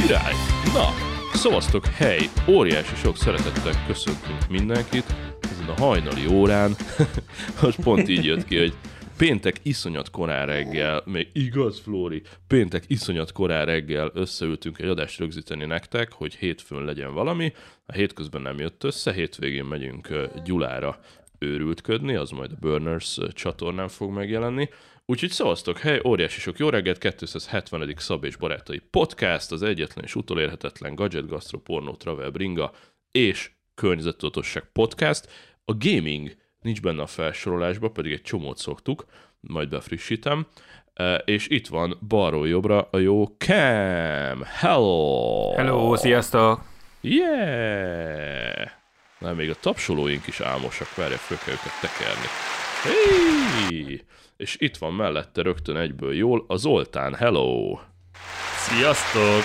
Király! Na, szavaztok, hely! Óriási sok szeretettel köszöntünk mindenkit ezen a hajnali órán. Most pont így jött ki, hogy péntek iszonyat korán reggel, még igaz, Flóri, péntek iszonyat korán reggel összeültünk egy adást rögzíteni nektek, hogy hétfőn legyen valami. A hétközben nem jött össze, hétvégén megyünk Gyulára őrültködni, az majd a Burners csatornán fog megjelenni. Úgyhogy szavaztok, hely, óriási sok jó reggelt, 270. Szab és Barátai Podcast, az egyetlen és utolérhetetlen gadget, gastro, pornó, travel, bringa és környezettudatosság podcast. A gaming nincs benne a felsorolásba, pedig egy csomót szoktuk, majd befrissítem. És itt van balról jobbra a jó Cam. Hello! Hello, sziasztok! Yeah! Na, még a tapsolóink is álmosak, várják, föl kell őket tekerni. Hey! És itt van mellette rögtön egyből jól a Zoltán. Hello! Sziasztok!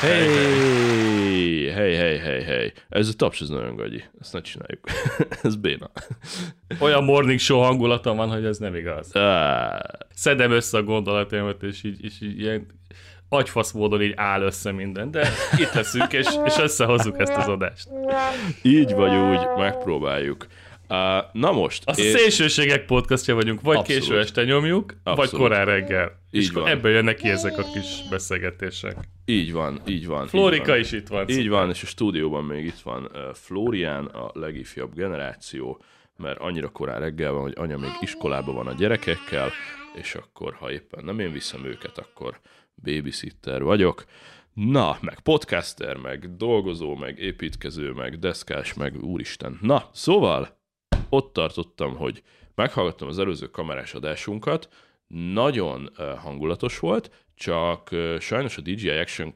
Hey! Ez a taps, ez nagyon gagyi. Ezt ne csináljuk. Ez béna. Olyan morning show hangulatom van, hogy ez nem igaz. Szedem össze a gondolataimat, és így ilyen agyfasz módon így áll össze minden, de itt leszünk, és összehozzuk ezt az adást. Így vagy úgy, megpróbáljuk. Na most... Azt a szélsőségek podcastja vagyunk, vagy abszolút. Késő este nyomjuk, abszolút. Vagy korán reggel. Így és van. Ebből jönnek ki ezek a kis beszélgetések. Így van. Flórika így van. Is itt van. Így van, és a stúdióban még itt van Flórián, a legifjabb generáció, mert annyira korán reggel van, hogy anya még iskolában van a gyerekekkel, és akkor, ha éppen nem én viszem őket, akkor babysitter vagyok. Na, meg podcaster, meg dolgozó, meg építkező, meg deszkás, meg úristen. Na, szóval ott tartottam, hogy meghallgattam az előző kamerás adásunkat, nagyon hangulatos volt, csak sajnos a DJI Action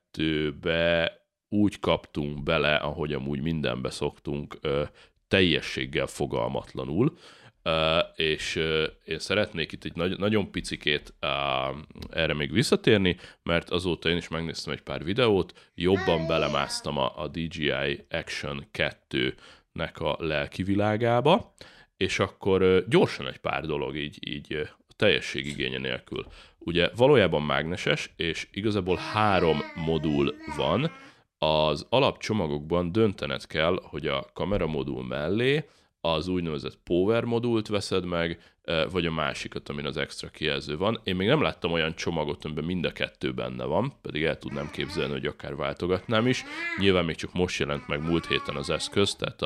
2-be úgy kaptunk bele, ahogy amúgy mindenbe szoktunk, teljességgel fogalmatlanul, és én szeretnék itt egy nagyon picikét erre még visszatérni, mert azóta én is megnéztem egy pár videót, jobban belemásztam a DJI Action 2-nek a lelki világába, és akkor gyorsan egy pár dolog így a teljesség igénye nélkül. Ugye valójában mágneses, és igazából 3 modul van. Az alapcsomagokban döntened kell, hogy a kameramodul mellé az úgynevezett power modult veszed meg, vagy a másikat, amin az extra kijelző van. Én még nem láttam olyan csomagot, amiben mind a 2 benne van, pedig el tudnám képzelni, hogy akár váltogatnám is. Nyilván még csak most jelent meg múlt héten az eszköz, tehát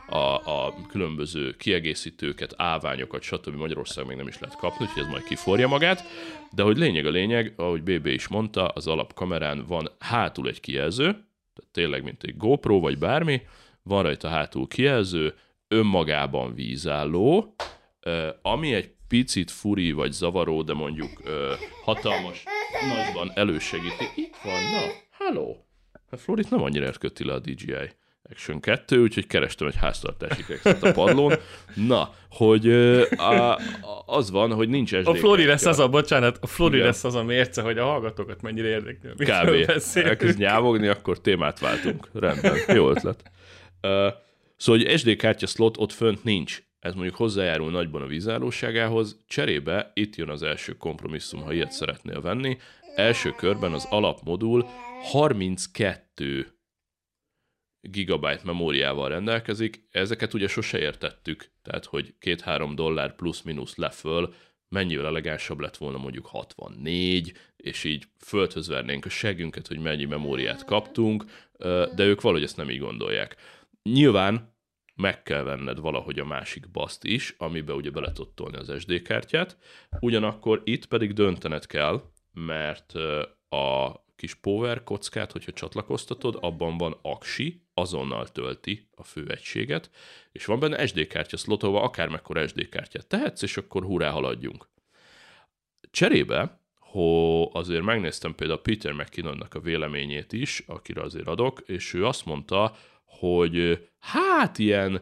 a különböző kiegészítőket, állványokat, stb. Magyarország még nem is lehet kapni, úgyhogy ez majd kiforja magát. De hogy lényeg a lényeg, ahogy BB is mondta, az alapkamerán van hátul egy kijelző, tehát tényleg mint egy GoPro vagy bármi, van rajta hátul kijelző, önmagában vízálló, ami egy picit furi vagy zavaró, de mondjuk hatalmas nagyban elősegíti. Itt van, na, hello! Hát Florit nem annyira köti le a DJI Action 2, úgyhogy kerestem egy háztartási kekszet a padlón. Na, hogy az van, hogy nincs SD. A Flori lesz az a Flori lesz az a mérce, hogy a hallgatókat mennyire érdekli. Kb. Elkezd nyávogni, akkor témát váltunk. Rendben, jó ötlet. Szóval, hogy SD kártya slot ott fönt nincs. Ez mondjuk hozzájárul nagyban a vízállóságához. Cserébe itt jön az első kompromisszum, ha ilyet szeretnél venni. Első körben az alapmodul 32 gigabyte memóriával rendelkezik. Ezeket ugye sose értettük, tehát hogy $2-3 plusz-minusz leföl, mennyivel elegánsabb lett volna mondjuk 64, és így földhöz vernénk a segünket, hogy mennyi memóriát kaptunk, de ők valahogy ezt nem így gondolják. Nyilván meg kell venned valahogy a másik baszt is, amiben ugye bele tudod tolni az SD kártyát, ugyanakkor itt pedig döntened kell, mert a kis power kockát, hogyha csatlakoztatod, abban van aksi, azonnal tölti a főegységet, és van benne SD kártya slot, ahol akármekkora SD kártyát tehetsz, és akkor hurrá haladjunk. Cserébe, azért megnéztem például Peter McKinnonnak a véleményét is, akire azért adok, és ő azt mondta, hogy hát ilyen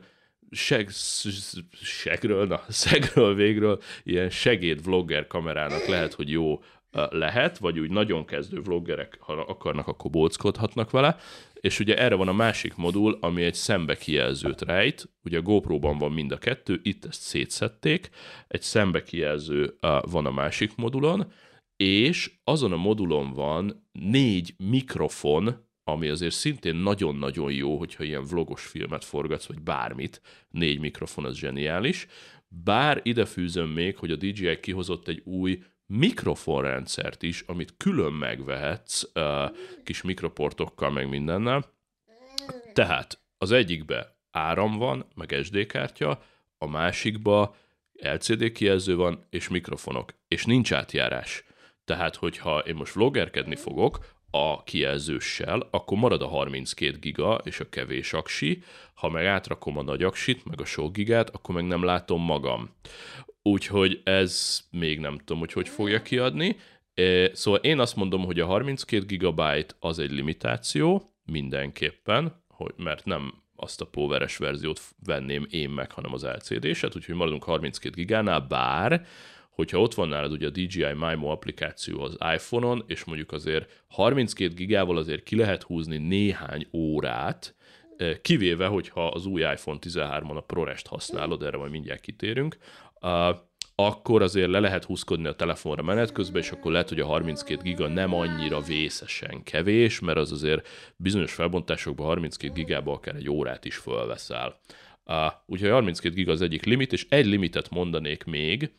szegről végről ilyen segéd-vlogger kamerának lehet, hogy jó lehet, vagy úgy nagyon kezdő vloggerek, ha akarnak, akkor bóckodhatnak vele, és ugye erre van a másik modul, ami egy szembekijelzőt rejt, ugye a GoPro-ban van mind a 2, itt ezt szétszedték, egy szembekijelző van a másik modulon, és azon a modulon van 4 mikrofon ami azért szintén nagyon-nagyon jó, hogyha ilyen vlogos filmet forgatsz, vagy bármit, 4 mikrofon, az zseniális. Bár ide fűzöm még, hogy a DJI kihozott egy új mikrofonrendszert is, amit külön megvehetsz kis mikroportokkal, meg mindennel. Tehát az egyikbe áram van, meg SD kártya, a másikba LCD kijelző van, és mikrofonok, és nincs átjárás. Tehát, hogyha én most vloggerkedni fogok a kijelzőssel, akkor marad a 32 giga és a kevés aksi, ha meg átrakom a nagy aksit, meg a sok gigát, akkor meg nem látom magam. Úgyhogy ez még nem tudom, hogy fogja kiadni. Szóval én azt mondom, hogy a 32 gigabyte az egy limitáció, mindenképpen, mert nem azt a poweres verziót venném én meg, hanem az LCD-set, úgyhogy maradunk 32 gigánál, bár hogyha ott van nálad ugye a DJI Mimo applikáció az iPhone-on, és mondjuk azért 32 gigával azért ki lehet húzni néhány órát, kivéve, hogyha az új iPhone 13-on a ProRes-t használod, erre majd mindjárt kitérünk, akkor azért le lehet húzkodni a telefonra menet közben, és akkor lehet, hogy a 32 giga nem annyira vészesen kevés, mert az azért bizonyos felbontásokban 32 gigába akár egy órát is fölveszel. Úgyhogy 32 giga az egyik limit, és egy limitet mondanék még,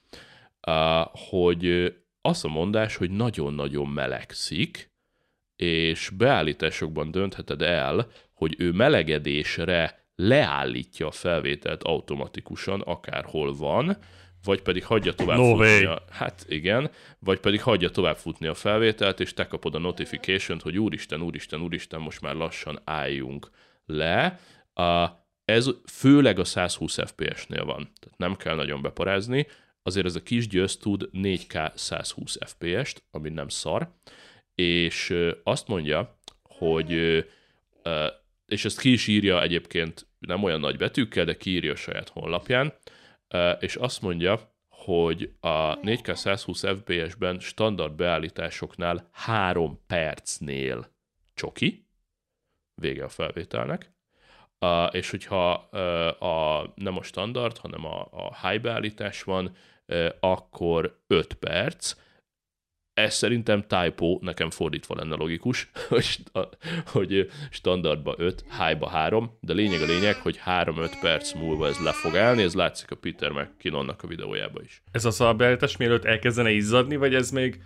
hogy az a mondás, hogy nagyon-nagyon melegszik, és beállításokban döntheted el, hogy ő melegedésre leállítja a felvételt automatikusan, akárhol van, vagy pedig hagyja tovább futni hát igen, vagy pedig hagyja tovább futni a felvételt, és te kapod a notification-t, hogy úristen, most már lassan álljunk le. Ez főleg a 120 FPS-nél van, tehát nem kell nagyon beparázni, azért ez a kis győz tud 4K 120 FPS-t, ami nem szar, és azt mondja, hogy, és ezt ki is írja egyébként nem olyan nagy betűkkel, de kiírja a saját honlapján, és azt mondja, hogy a 4K 120 FPS-ben standard beállításoknál 3 percnél csoki, vége a felvételnek, és hogyha nem a standard, hanem a high beállítás van, akkor 5 perc. Ez szerintem typo, nekem fordítva lenne logikus, hogy standardba 5, high-ba 3, de lényeg a lényeg, hogy 3-5 perc múlva ez le fog állni, ez látszik a Peter McKinnonnak a videójában is. Ez az a beállítás, mielőtt elkezdene izzadni, vagy ez még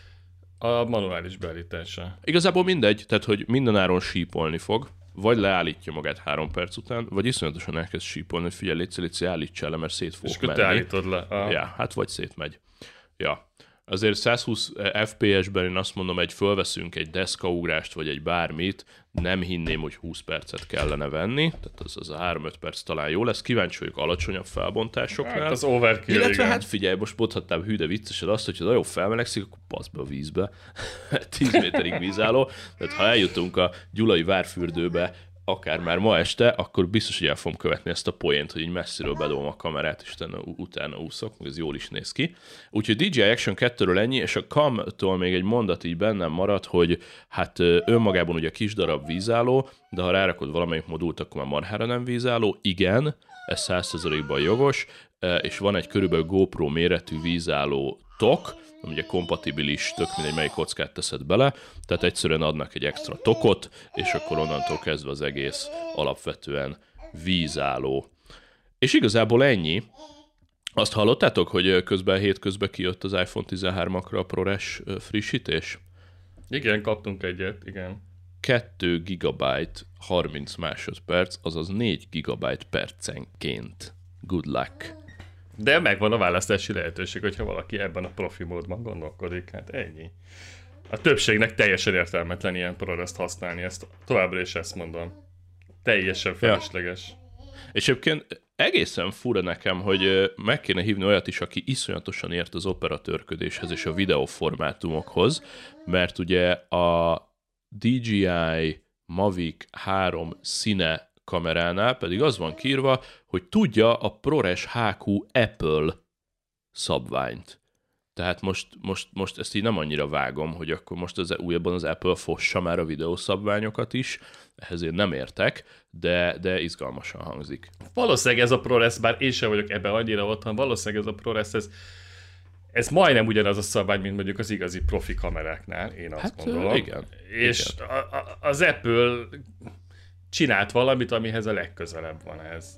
a manuális beállítása? Igazából mindegy, tehát hogy mindenáron sípolni fog, vagy leállítja magát 3 perc után, vagy iszonyatosan elkezd sípolni, hogy figyelj, légy állítsál le, mert szét fog menni. És te állítod le. Ja, hát vagy szétmegy. Ja. Azért 120 FPS-ben én azt mondom, fölveszünk egy deszkaugrást, vagy egy bármit, nem hinném, hogy 20 percet kellene venni, tehát az a 3-5 perc talán jó lesz, kíváncsi vagyok alacsonyabb felbontásoknál. Hát az overkill, illetve igen. Hát figyelj, most mondhatnám hű, de viccesed azt, hogyha nagyon felmelegszik, akkor passz be a vízbe. 10 méterig vízálló, tehát ha eljutunk a Gyulai várfürdőbe, akár már ma este, akkor biztos, hogy el fogom követni ezt a poént, hogy így messziről bedobom a kamerát, és utána úszok, meg ez jól is néz ki. Úgyhogy DJI Action 2-ről ennyi, és a Cam-tól még egy mondat így bennem maradt, hogy hát önmagában ugye kis darab vízálló, de ha rárakod valamelyik modult, akkor már marhára nem vízálló. Igen, ez 100%-ban jogos, és van egy körülbelül GoPro méretű vízálló tok, ugye kompatibilis, tök mindegy, melyik kockát teszed bele, tehát egyszerűen adnak egy extra tokot, és akkor onnantól kezdve az egész alapvetően vízálló. És igazából ennyi. Azt hallottátok, hogy hétközben kijött az iPhone 13-akra a ProRes frissítés? Igen, kaptunk egyet, igen. 2 GB 30 másodperc, azaz 4 GB percenként. Good luck. De megvan a választási lehetőség, hogyha valaki ebben a profi módban gondolkodik, hát ennyi. A többségnek teljesen értelmetlen ilyen ProRes-t használni, ezt továbbra is ezt mondom. Teljesen felesleges. Ja. És egyébként egészen fura nekem, hogy meg kéne hívni olyat is, aki iszonyatosan ért az operatőrködéshez és a videóformátumokhoz, mert ugye a DJI Mavic 3 színe kameránál pedig az van kiírva, hogy tudja a ProRes HQ Apple szabványt. Tehát most ezt így nem annyira vágom, hogy akkor most újabban az Apple fossa már a videószabványokat is, ehhez én nem értek, de izgalmasan hangzik. Valószínűleg ez a ProRes, bár én sem vagyok ebben annyira otthon, valószínűleg ez a ProRes, Ez majdnem ugyanaz a szabvány, mint mondjuk az igazi profi kameráknál, én azt gondolom. Igen. És Igen. Az Apple csinált valamit, amihez a legközelebb van ez.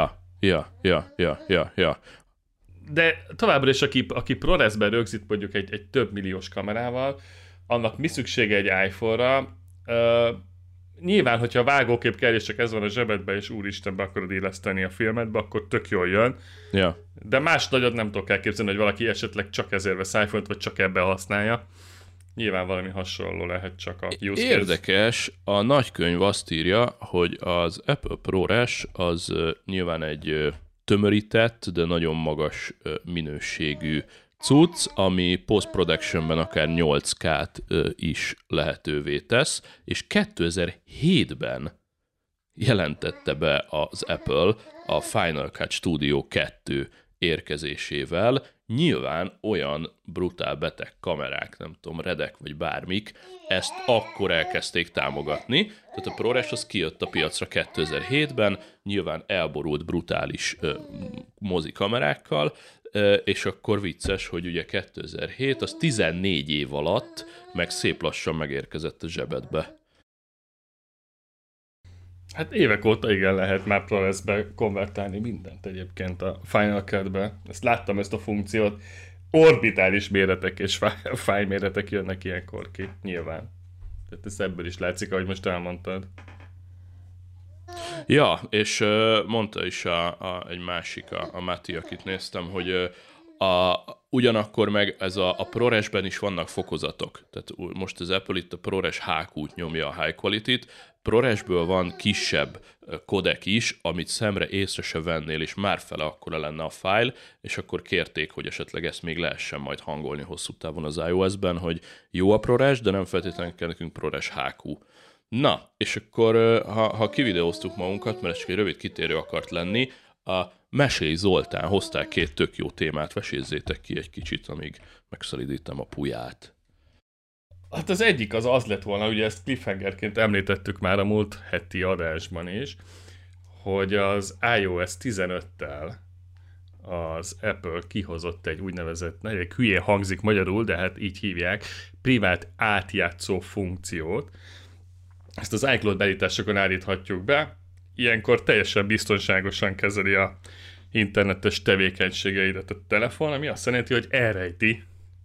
Ja. De továbbra is, aki ProRes-ben rögzít mondjuk egy több milliós kamerával, annak mi szüksége egy iPhone-ra? Nyilván, hogyha a vágókép kell, és csak ez van a zsebedben, és úristenbe akarod illeszteni a filmetbe, akkor tök jól jön. Ja. De más nagyot nem tudok elképzelni, hogy valaki esetleg csak ezért vesz iPhone-t, vagy csak ebbe használja. Nyilván valami hasonló lehet csak a use case. Érdekes, a nagykönyv azt írja, hogy az Apple ProRes az nyilván egy tömörített, de nagyon magas minőségű cucc, ami post-productionben akár 8K-t is lehetővé tesz, és 2007-ben jelentette be az Apple a Final Cut Studio 2 érkezésével, nyilván olyan brutál beteg kamerák, nem tudom, redek vagy bármik, ezt akkor elkezdték támogatni, tehát a ProRes az kijött a piacra 2007-ben, nyilván elborult brutális mozikamerákkal, és akkor vicces, hogy ugye 2007, az 14 év alatt meg szép lassan megérkezett a zsebedbe. Hát évek óta igen lehet már ProRes-be konvertálni mindent egyébként a Final Cut-be. Ezt láttam, ezt a funkciót. Orbitális méretek és fájlméretek jönnek ilyenkor ki, nyilván. Tehát ez ebből is látszik, ahogy most elmondtad. Ja, és mondta is egy másik, a Mati, akit néztem, hogy ugyanakkor meg ez a ProRes-ben is vannak fokozatok. Tehát most az Apple itt a ProRes HQ-t nyomja a high quality-t, ProRes-ből van kisebb kodek is, amit szemre észre se vennél, és már fele akkora lenne a fájl, és akkor kérték, hogy esetleg ezt még lehessen majd hangolni hosszú távon az iOS-ben, hogy jó a ProRes, de nem feltétlenül kell nekünk ProRes HQ. Na, és akkor ha kivideóztuk magunkat, mert ez csak egy rövid kitérő akart lenni, a Mesélj Zoltán hozták 2 tök jó témát, vesézzétek ki egy kicsit, amíg megszalidítem a puját. Hát az egyik az lett volna, ugye ezt cliffhangerként említettük már a múlt heti adásban is, hogy az iOS 15-tel az Apple kihozott egy úgynevezett, egy hülyén hangzik magyarul, de hát így hívják, privát átjátszó funkciót. Ezt az iCloud beállításokon állíthatjuk be, ilyenkor teljesen biztonságosan kezeli a internetes tevékenységeidet a telefon, ami azt jelenti, hogy elrejti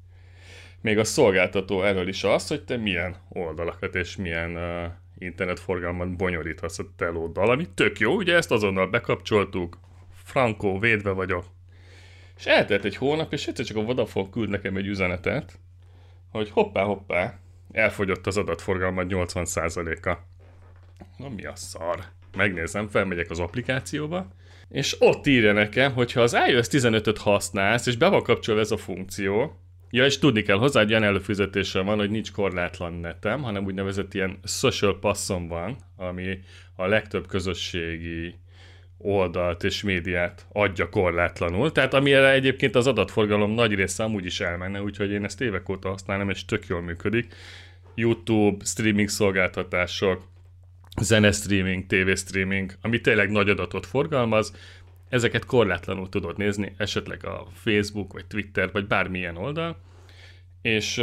még a szolgáltató elől is azt, hogy te milyen oldalakat és milyen internetforgalmat bonyolíthatsz a telóddal, ami tök jó, ugye ezt azonnal bekapcsoltuk, frankó, védve vagyok. És eltelt egy hónap, és egyszer csak a Vodafone küld nekem egy üzenetet, hogy hoppá, elfogyott az adatforgalmat 80%-a. Na mi a szar? Megnézem, felmegyek az applikációba, és ott írja nekem, hogy ha az iOS 15-öt használsz, és be van kapcsolva ez a funkció, ja, és tudni kell hozzá, hogy ilyen előfizetéssel van, hogy nincs korlátlan netem, hanem úgynevezett ilyen social passon van, ami a legtöbb közösségi oldalt és médiát adja korlátlanul. Tehát amire egyébként az adatforgalom nagy része amúgy is elmenne, úgyhogy én ezt évek óta használom, és tök jól működik. YouTube, streaming szolgáltatások, zenestreaming, tévéstreaming, ami tényleg nagy adatot forgalmaz, ezeket korlátlanul tudod nézni, esetleg a Facebook, vagy Twitter, vagy bármilyen oldal, és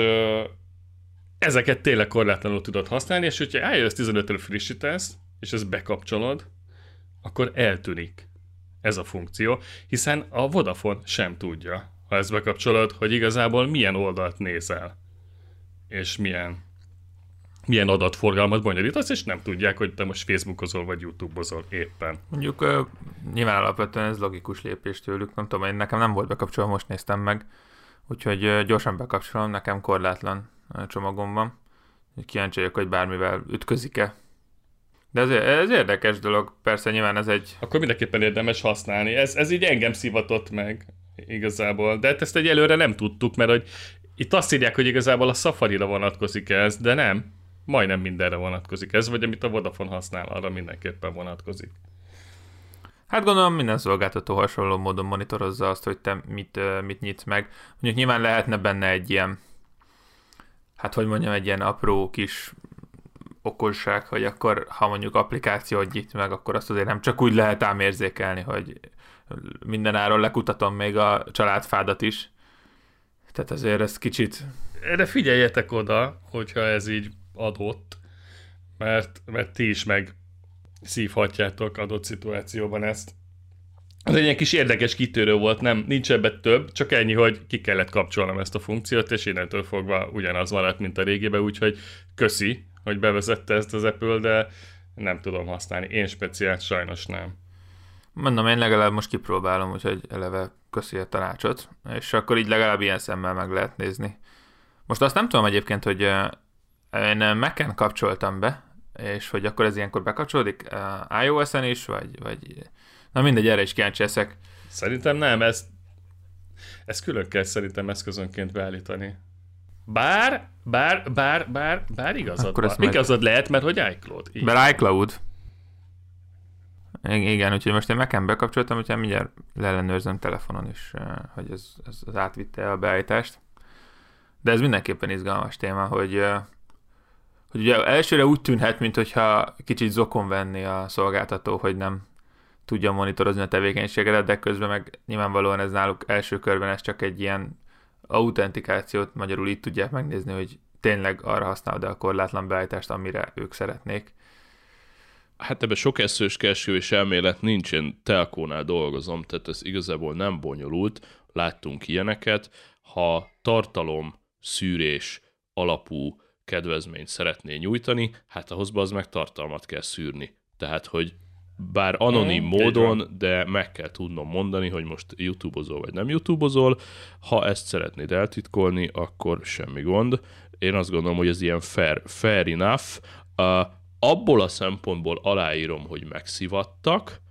ezeket tényleg korlátlanul tudod használni, és hogyha iOS 15-ről frissítesz, és ezt bekapcsolod, akkor eltűnik ez a funkció, hiszen a Vodafone sem tudja, ha ezt bekapcsolod, hogy igazából milyen oldalt nézel, és milyen adatforgalmat bonyolítasz, és nem tudják, hogy te most Facebookozol, vagy YouTube-ozol éppen. Mondjuk nyilván alapvetően ez logikus lépés tőlük, nem tudom, nekem nem volt bekapcsolva, most néztem meg, úgyhogy gyorsan bekapcsolom, nekem korlátlan csomagom van. Kíváncsi vagyok, hogy bármivel ütközik-e. De ez érdekes dolog, persze nyilván ez egy... Akkor mindenképpen érdemes használni. Ez így engem szivatott meg igazából. De hát ezt egyelőre nem tudtuk, mert hogy itt azt írják, hogy igazából a Safari-ra vonatkozik ez, de nem. Majdnem mindenre vonatkozik ez, vagy amit a Vodafone használ, arra mindenképpen vonatkozik. Hát gondolom minden szolgáltató hasonló módon monitorozza azt, hogy te mit nyitsz meg. Mondjuk nyilván lehetne benne egy ilyen, hát hogy mondjam, egy ilyen apró kis okosság, hogy akkor, ha mondjuk applikációt nyit meg, akkor azt azért nem csak úgy lehet ám érzékelni, hogy mindenáron lekutatom még a családfádat is, Tehát azért ez kicsit... De figyeljetek oda, hogyha ez így adott, mert ti is megszívhatjátok adott szituációban ezt. Az egy ilyen kis érdekes kitörő volt, nincs ebben több, csak ennyi, hogy ki kellett kapcsolnom ezt a funkciót, és innentől fogva ugyanaz maradt, mint a régiben, úgyhogy köszi, hogy bevezette ezt az Apple, de nem tudom használni. Én speciál sajnos nem. Mondom, én legalább most kipróbálom, úgyhogy eleve köszi a tanácsot, és akkor így legalább ilyen szemmel meg lehet nézni. Most azt nem tudom egyébként, hogy én Mac-en kapcsoltam be, és hogy akkor ez ilyenkor bekapcsolódik iOS-en is, vagy... Na mindegy, erre is kíváncsi leszek. Szerintem nem, ezt külön kell szerintem eszközönként beállítani. Bár igazad van. Igazad lehet, mert hogy iCloud. Mert iCloud. Igen, úgyhogy most én Mac-en bekapcsoltam, úgyhogy mindjárt leellenőrzöm telefonon is, hogy ez átvitte a beállítást. De ez mindenképpen izgalmas téma, hogy ugye elsőre úgy tűnhet, mintha kicsit zokon venni a szolgáltató, hogy nem tudja monitorozni a tevékenységedet, de közben meg nyilvánvalóan ez náluk első körben ez csak egy ilyen autentikációt, magyarul így tudják megnézni, hogy tényleg arra használod a korlátlan beállítást, amire ők szeretnék. Hát ebben sok eszős keresős elmélet nincs, én telkónál dolgozom, tehát ez igazából nem bonyolult, láttunk ilyeneket. Ha tartalom szűrés alapú kedvezményt szeretné nyújtani, hát ahhoz az meg tartalmat kell szűrni. Tehát, hogy bár anonim módon, de meg kell tudnom mondani, hogy most YouTube-ozol vagy nem YouTube-ozol. Ha ezt szeretnéd eltitkolni, akkor semmi gond. Én azt gondolom, hogy ez ilyen fair enough. Abból a szempontból aláírom, hogy megszivattak,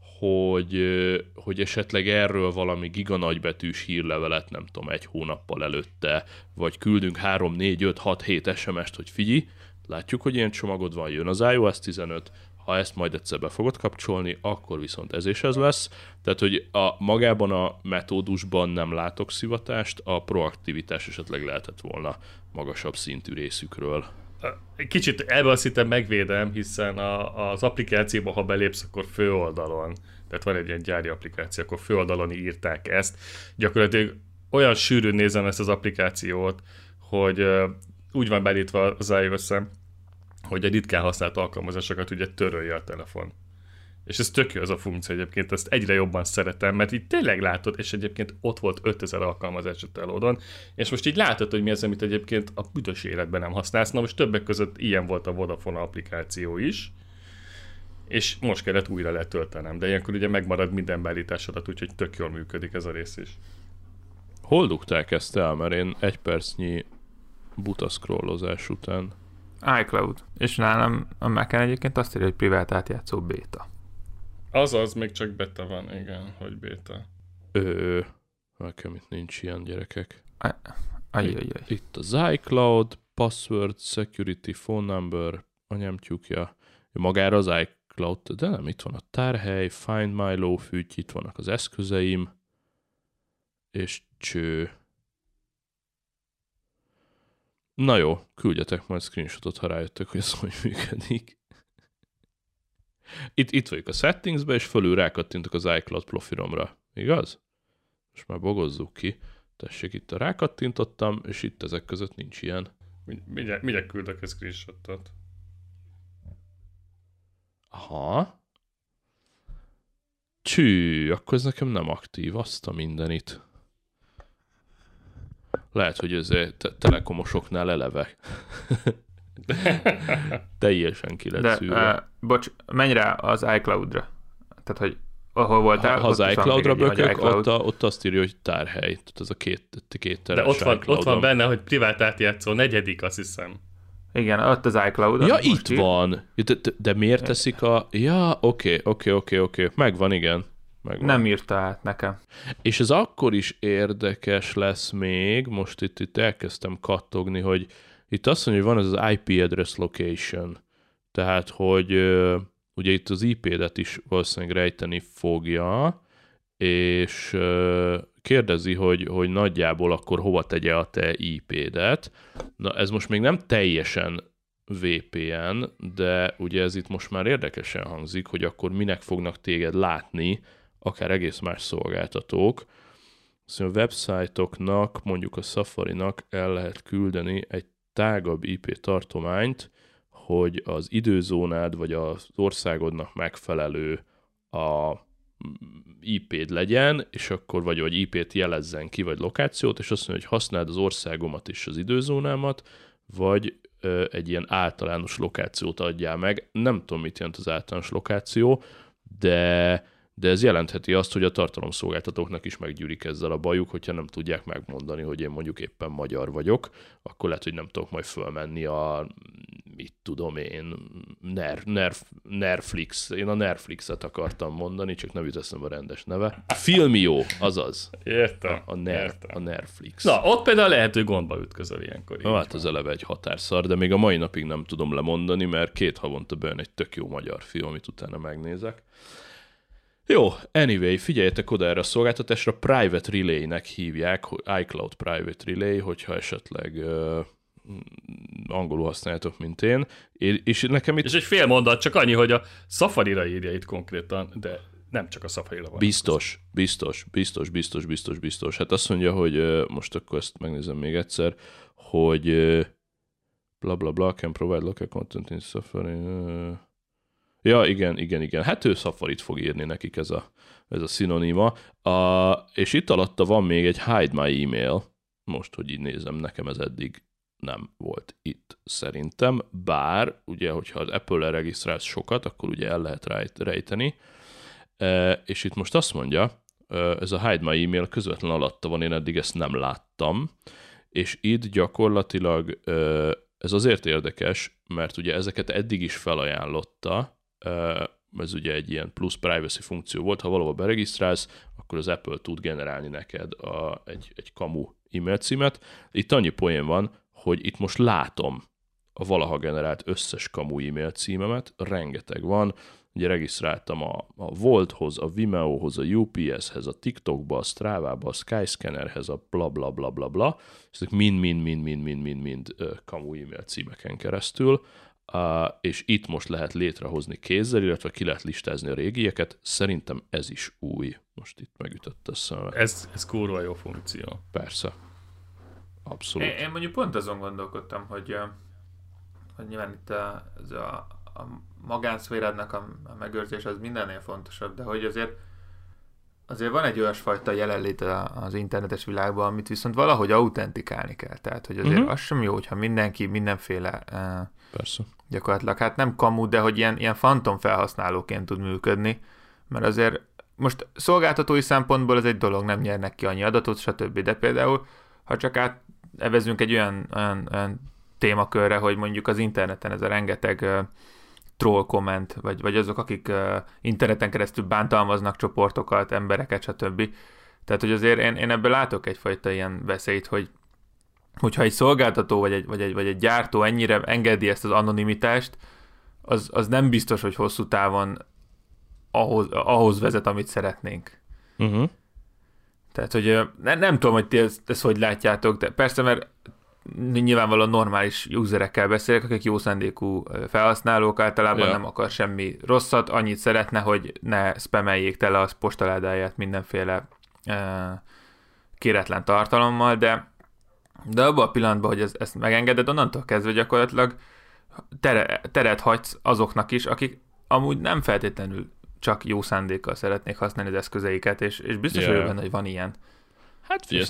hogy esetleg erről valami giganagybetűs hírlevelet, nem tudom, 1 hónappal előtte, vagy küldünk 3, 4, 5, 6, 7 SMS-t, hogy figyelj, látjuk, hogy ilyen csomagod van, jön az iOS 15, ha ezt majd egyszer be fogod kapcsolni, akkor viszont ez és ez lesz. Tehát, hogy magában a metódusban nem látok szivatást, a proaktivitás esetleg lehetett volna magasabb szintű részükről. Kicsit ebből szinten megvédem, hiszen az applikációba, ha belépsz, akkor főoldalon, tehát van egy ilyen gyári applikáció, akkor főoldalon írták ezt. Gyakorlatilag olyan sűrűn nézem ezt az applikációt, hogy úgy van beállítva az iOS-en, hogy a ritkán használt alkalmazásokat ugye törölje a telefon. És ez tök jó az a funkció egyébként, ezt egyre jobban szeretem, mert így tényleg látod, és egyébként ott volt 5000 alkalmazás a telódon, és most így látod, hogy mi az, amit egyébként a büdös életben nem használsz. Na most többek között ilyen volt a Vodafone applikáció is, és most kellett újra letöltenem, de ilyenkor ugye megmarad minden beállításodat, úgyhogy tök jól működik ez a rész is. Hol dugták ezt el? Mert én 1 percnyi buta scrollozás után. iCloud. És nálam a Mac-en egyébként azt írja, hogy privát átjátszó beta. Azaz, még csak beta van, igen, hogy beta. Nekem itt nincs ilyen, gyerekek. Ajjajjaj. Itt az iCloud, password, security, phone number, anyám tyúkja. Magára az iCloud, de nem, itt van a tárhely, find my lófűty, itt vannak az eszközeim, és cső. Na jó, küldjetek majd screenshotot, ha rájöttök, hogy ez hogy működik. Itt vagyok a settingsbe, és fölül rákattintok az iCloud profilomra. Igaz? Most már bogozzuk ki. Tessék, itt rákattintottam, és itt ezek között nincs ilyen. Mindjárt küldök egy screenshotot. Aha. Csű, akkor ez nekem nem aktív, azt a mindenit. Lehet, hogy ez telekomosoknál eleve. Teljesen ki lett szűrve. Bocs, menj rá az iCloud-ra. Tehát, hogy ahol voltál, ha az iCloud-ra bökök, ott azt írja, hogy tárhely. Tehát az a két teres de ott van benne, hogy privát átjátszó 4., azt hiszem. Igen, ott az iCloud. Ja, itt van. De miért teszik a... Ja, oké. Megvan, igen. Megvan. Nem írta át nekem. És ez akkor is érdekes lesz még, most itt elkezdtem kattogni, hogy itt azt mondja, hogy van ez az IP address location, tehát, hogy ugye itt az IP-det is valószínűleg rejteni fogja, és kérdezi, hogy nagyjából akkor hova tegye a te IP-det. Na, ez most még nem teljesen VPN, de ugye ez itt most már érdekesen hangzik, hogy akkor minek fognak téged látni, akár egész más szolgáltatók. Szóval a websájtoknak, mondjuk a Safari-nak el lehet küldeni egy tágabb IP tartományt, hogy az időzónád vagy az országodnak megfelelő a IP-d legyen, és akkor vagy IP-t jelezzen ki, vagy lokációt, és azt mondja, hogy használd az országomat és az időzónámat, vagy egy ilyen általános lokációt adjál meg. Nem tudom, mit jelent az általános lokáció, de ez jelentheti azt, hogy a tartalomszolgáltatóknak is meggyűrik ezzel a bajuk, hogyha nem tudják megmondani, hogy én mondjuk éppen magyar vagyok, akkor lehet, hogy nem tudok majd fölmenni a, mit tudom én, Nerflix. Én a Nerflixet akartam mondani, csak nem jut eszembe a rendes neve. Filmio, azaz. Értem. A Nerflix. Na, ott például lehet, hogy gondba ütközöl ilyenkor. Hát az eleve egy határszar, de még a mai napig nem tudom lemondani, mert 2 havonta bejön egy tök jó magyar film, amit utána megnézek. Jó, anyway, figyeljetek oda erre a szolgáltatásra, Private Relay-nek hívják, iCloud Private Relay, hogyha esetleg angolul használjátok, mint én. És nekem itt... És egy fél mondat, csak annyi, hogy a Safari-ra írja itt konkrétan, de nem csak a Safari-ra van. Biztos. Hát azt mondja, hogy most akkor ezt megnézem még egyszer, hogy bla bla bla, can provide local content in Safari... Ja, igen. Hát ő Safarit fog írni nekik ez a szinoníma. És itt alatta van még egy hide my email. Most, hogy így nézem, nekem ez eddig nem volt itt szerintem. Bár, ugye, hogyha az Apple-re regisztrálsz sokat, akkor ugye el lehet rejteni. És itt most azt mondja, ez a hide my email közvetlen alatta van, én eddig ezt nem láttam. És itt gyakorlatilag ez azért érdekes, mert ugye ezeket eddig is felajánlotta, ez ugye egy ilyen plusz privacy funkció volt, ha valahol beregisztrálsz, akkor az Apple tud generálni neked egy kamu e-mail címet. Itt annyi poén van, hogy itt most látom a valaha generált összes kamu e-mail címemet, rengeteg van, ugye regisztráltam a Volthoz, a Vimeohoz, a UPS-hez, a TikTokba, a Strava-ba, a Skyscannerhez, a bla bla bla bla bla, ezek mind kamu e-mail címeken keresztül, és itt most lehet létrehozni kézzel, illetve ki lehet listázni a régieket. Szerintem ez is új. Most itt megütött a szemem. Ez kurva jó funkció. Persze. Abszolút. Én mondjuk pont azon gondolkodtam, hogy nyilván itt a magánszférádnak a megőrzés az mindennél fontosabb, de hogy azért van egy olyasfajta jelenlét az internetes világban, amit viszont valahogy autentikálni kell. Tehát, hogy azért az sem jó, hogyha mindenki mindenféle Persze. Gyakorlatilag, hát nem kamu, de hogy ilyen fantom felhasználóként tud működni, mert azért most szolgáltatói szempontból ez egy dolog, nem nyernek ki annyi adatot, stb. De például, ha csak átevezünk egy olyan témakörre, hogy mondjuk az interneten ez a rengeteg troll komment, vagy azok, akik interneten keresztül bántalmaznak csoportokat, embereket, stb. Tehát, hogy azért én ebből látok egyfajta ilyen veszélyt, hogyha egy szolgáltató vagy egy gyártó ennyire engedi ezt az anonimitást, az nem biztos, hogy hosszú távon ahhoz vezet, amit szeretnénk. Tehát, hogy nem tudom, hogy ti ezt hogy látjátok, de persze, mert nyilvánvalóan normális userekkel beszélek, akik jó szándékú felhasználók, általában nem akar semmi rosszat, annyit szeretne, hogy ne spameljék tele az postaládáját mindenféle kéretlen tartalommal, de abban a pillanatban, hogy ezt megengeded, onnantól kezdve gyakorlatilag teret hagysz azoknak is, akik amúgy nem feltétlenül csak jó szándékkal szeretnék használni az eszközeiket, és biztos vagyok benne, hogy van ilyen. Hát figyelj,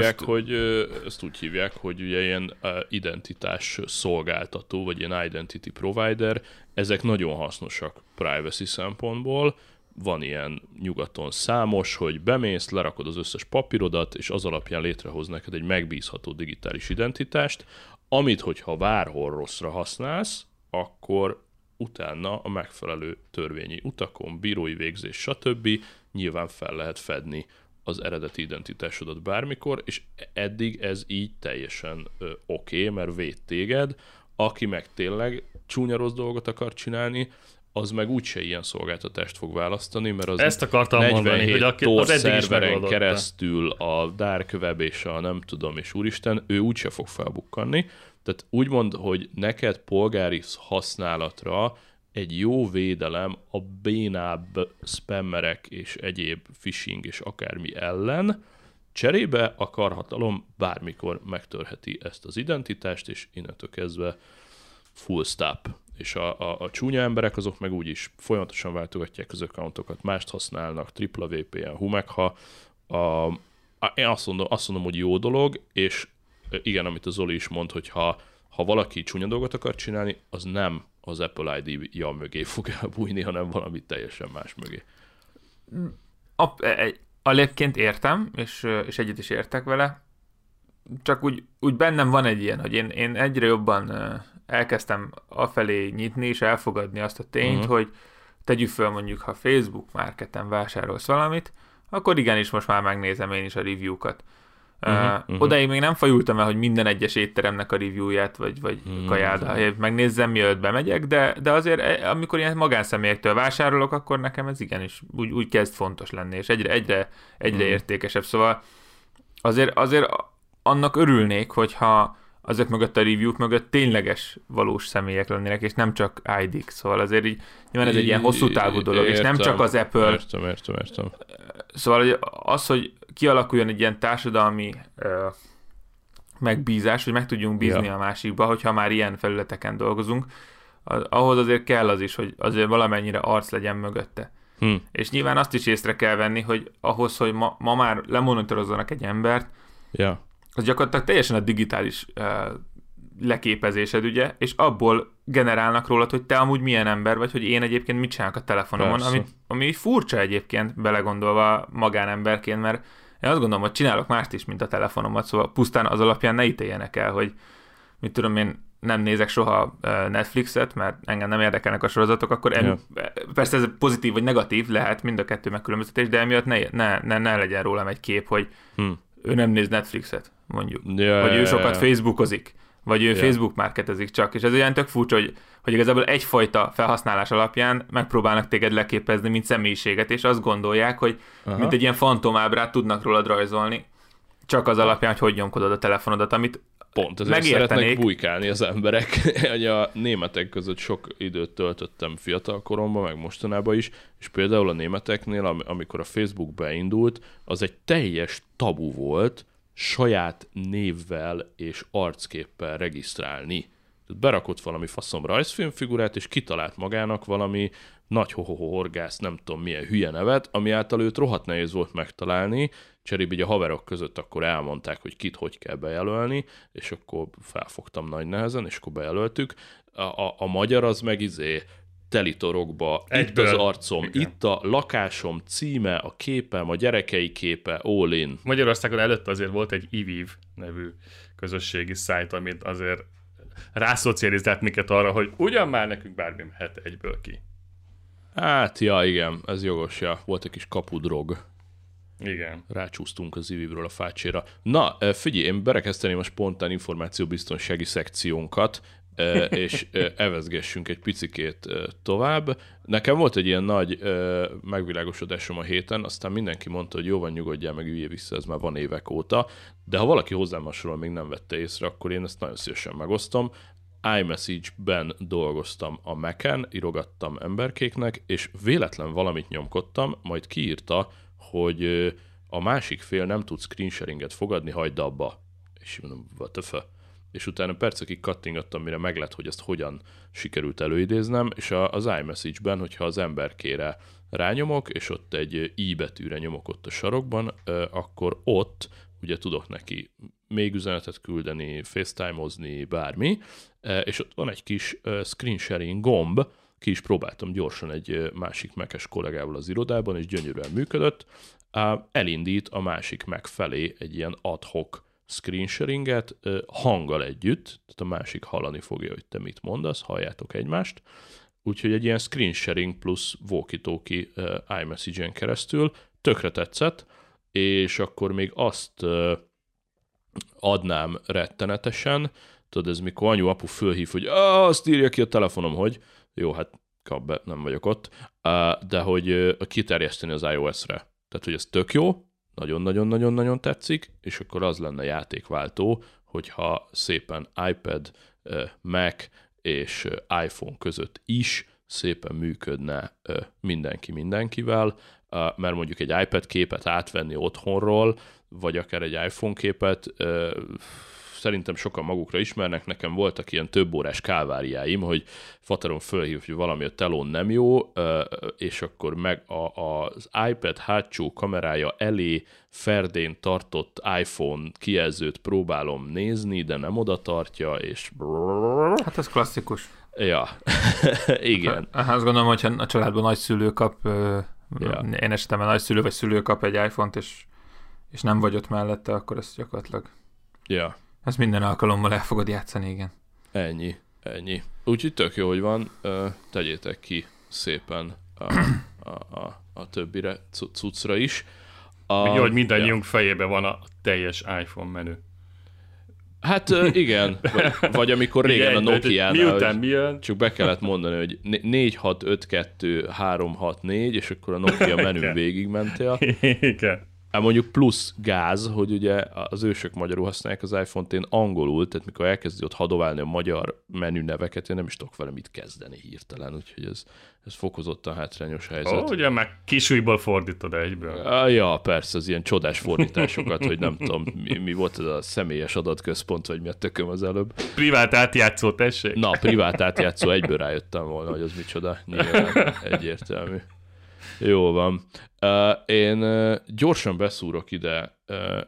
ezt úgy hívják, hogy ugye ilyen identitás szolgáltató, vagy ilyen identity provider, ezek nagyon hasznosak privacy szempontból. Van ilyen nyugaton számos, hogy bemész, lerakod az összes papírodat, és az alapján létrehoz neked egy megbízható digitális identitást, amit, hogyha bárhol rosszra használsz, akkor utána a megfelelő törvényi utakon, bírói végzés, stb. Nyilván fel lehet fedni az eredeti identitásodat bármikor, és eddig ez így teljesen oké, mert véd téged, aki meg tényleg csúnya rossz dolgot akar csinálni, az meg úgyse ilyen szolgáltatást fog választani, mert az ezt akartam 47 mondani, hogy Tor az eddig is szerveren keresztül a Dark Web és a nem tudom, és úristen, ő úgyse fog felbukkanni. Tehát úgy mond, hogy neked polgári használatra egy jó védelem a bénább spammerek és egyéb phishing és akármi ellen, Cserébe a karhatalom bármikor megtörheti ezt az identitást, és innentől kezdve full stop. És a csúnya emberek azok meg úgyis folyamatosan váltogatják az accountokat, mást használnak, tripla VPN, Humegha. Én azt mondom, hogy jó dolog, és igen, amit a Zoli is mond, hogy ha valaki csúnya dolgot akar csinálni, az nem az Apple ID-ja mögé fog elbújni, hanem valami teljesen más mögé. Alapként értem, és egyet is értek vele, csak úgy bennem van egy ilyen, hogy én egyre jobban elkezdtem afelé nyitni, és elfogadni azt a tényt, hogy tegyük föl mondjuk, ha Facebook Marketen vásárolsz valamit, akkor igenis most már megnézem én is a review-kat. Odaig még nem fajultam el, hogy minden egyes étteremnek a reviewját, vagy kaját megnézzem, mielőtt bemegyek, de azért amikor ilyen magánszemélyektől vásárolok, akkor nekem ez igenis úgy kezd fontos lenni, és egyre értékesebb. Szóval azért annak örülnék, hogyha azok mögött a review-k mögött tényleges, valós személyek lennének, és nem csak ID-k. Szóval azért így nyilván ez egy ilyen hosszú távú dolog, és nem csak az Apple. Értem. Szóval az, hogy kialakuljon egy ilyen társadalmi megbízás, hogy meg tudjunk bízni a másikba, hogyha már ilyen felületeken dolgozunk, ahhoz azért kell az is, hogy azért valamennyire arc legyen mögötte. És nyilván azt is észre kell venni, hogy ahhoz, hogy ma már lemonitorozzanak egy embert, az gyakorlatilag teljesen a digitális leképezésed, ugye, és abból generálnak rólad, hogy te amúgy milyen ember vagy, hogy én egyébként mit csinálok a telefonomon, ami furcsa egyébként belegondolva magánemberként, mert én azt gondolom, hogy csinálok mást is, mint a telefonomat, szóval pusztán az alapján ne ítéljenek el, hogy mit tudom én, nem nézek soha Netflixet, mert engem nem érdekelnek a sorozatok, akkor persze ez pozitív vagy negatív lehet, mind a kettő megkülönböztetés, de emiatt ne legyen rólam egy kép, hogy ő nem néz Netflixet, mondjuk. Vagy ő sokat Facebookozik, vagy ő Facebook marketezik csak, és ez olyan tök furcsa, hogy igazából egyfajta felhasználás alapján megpróbálnak téged leképezni, mint személyiséget, és azt gondolják, hogy mint egy ilyen fantomábrát tudnak rólad rajzolni, csak az alapján, hogy nyomkodod a telefonodat, amit pont, ezért szeretnek bujkálni az emberek. A németek között sok időt töltöttem fiatal koromban, meg mostanában is, és például a németeknél, amikor a Facebook beindult, az egy teljes tabu volt saját névvel és arcképpel regisztrálni. Berakott valami faszom rajzfilmfigurát, és kitalált magának valami nagy horgász, nem tudom milyen hülye nevet, ami által őt rohadt nehéz volt megtalálni, cserébe így a haverok között akkor elmondták, hogy kit hogy kell bejelölni, és akkor felfogtam nagy nehezen, és akkor bejelöltük. A magyar az meg telitorokba, itt az arcom, igen. Itt a lakásom címe, a képem, a gyerekei képe, all in. Magyarországon előtt azért volt egy IVIV nevű közösségi szájt, amit azért rászocializált minket arra, hogy ugyan már nekünk bármi mehet egyből ki. Hát, ja, igen, ez jogos, ja. Volt egy kis kapudrog. Igen. Rácsúsztunk az IVIV-ről a fácséra. Na, figyelj, én berekezteném a spontán információbiztonsági szekciónkat, és evezgessünk egy picikét tovább. Nekem volt egy ilyen nagy megvilágosodásom a héten, aztán mindenki mondta, hogy jó van, nyugodjál meg, üljél vissza, ez már van évek óta, de ha valaki hozzám hasonlóan még nem vette észre, akkor én ezt nagyon szívesen megosztom. iMessage-ben dolgoztam a Mac-en, írogattam emberkéknek, és véletlen valamit nyomkodtam, majd kiírta, hogy a másik fél nem tud screensharinget fogadni, hagyd abba. És mondom, what the fuck? És utána percekig kattingattam, mire meglett, hogy ezt hogyan sikerült előidéznem, és az iMessage-ben, hogyha az emberkére rányomok, és ott egy i betűre nyomok ott a sarokban, akkor ott ugye tudok neki még üzenetet küldeni, FaceTime-ozni, bármi, és ott van egy kis screen sharing gomb, ki is próbáltam gyorsan egy másik Mac-es kollégával az irodában, és gyönyörűen működött, elindít a másik Mac felé egy ilyen ad hoc screen sharinget hanggal együtt, tehát a másik hallani fogja, hogy te mit mondasz, halljátok egymást, úgyhogy egy ilyen screen sharing plusz walkie-talkie iMessage-en keresztül tökre tetszett, és akkor még azt adnám rettenetesen, tudod, ez mikor anyu-apu fölhív, hogy azt írja ki a telefonom, hogy jó, hát kap be, nem vagyok ott, de hogy kiterjeszteni az iOS-re. Tehát, hogy ez tök jó, nagyon-nagyon-nagyon-nagyon tetszik, és akkor az lenne játékváltó, hogyha szépen iPad, Mac és iPhone között is szépen működne mindenki mindenkivel, mert mondjuk egy iPad képet átvenni otthonról, vagy akár egy iPhone képet, szerintem sokan magukra ismernek, nekem voltak ilyen több órás káváriáim, hogy Fataron fölhív, hogy valami a telón nem jó, és akkor meg az iPad hátsó kamerája elé ferdén tartott iPhone kijelzőt próbálom nézni, de nem oda tartja, és... Hát ez klasszikus. Ja, igen. Azt gondolom, hogyha a családban nagyszülő kap, én esetemben nagyszülő vagy szülő kap egy iPhone-t, és nem vagy ott mellette, akkor ez gyakorlatilag... Ja. Ezt minden alkalommal el fogod játszani, igen. Ennyi. Úgyhogy tök jó, hogy van, tegyétek ki szépen a többire cuccra is. Jó, hogy mindannyiunk fejében van a teljes iPhone menü. Hát igen, vagy amikor régen a Nokia-nál, miután mi jön? Csak be kellett mondani, hogy 4-6-5-2-3-6-4, és akkor a Nokia menün végigmentél. Igen. Hát mondjuk plusz gáz, hogy ugye az ősök magyarul használják az iPhone-t, én angolul, tehát mikor elkezdi ott hadoválni a magyar menü neveket, én nem is tudok vele mit kezdeni hirtelen, úgyhogy ez fokozottan hátrányos helyzet. Ugye már kisújból fordítod egyből. Ja, persze, az ilyen csodás fordításokat, hogy nem tudom, mi volt ez a személyes adatközpont, vagy mi a tököm az előbb. Privát átjátszó, tessék? Na, privát átjátszó, egyből rájöttem volna, hogy az micsoda, nyilván egyértelmű. Jó van. Én gyorsan beszúrok ide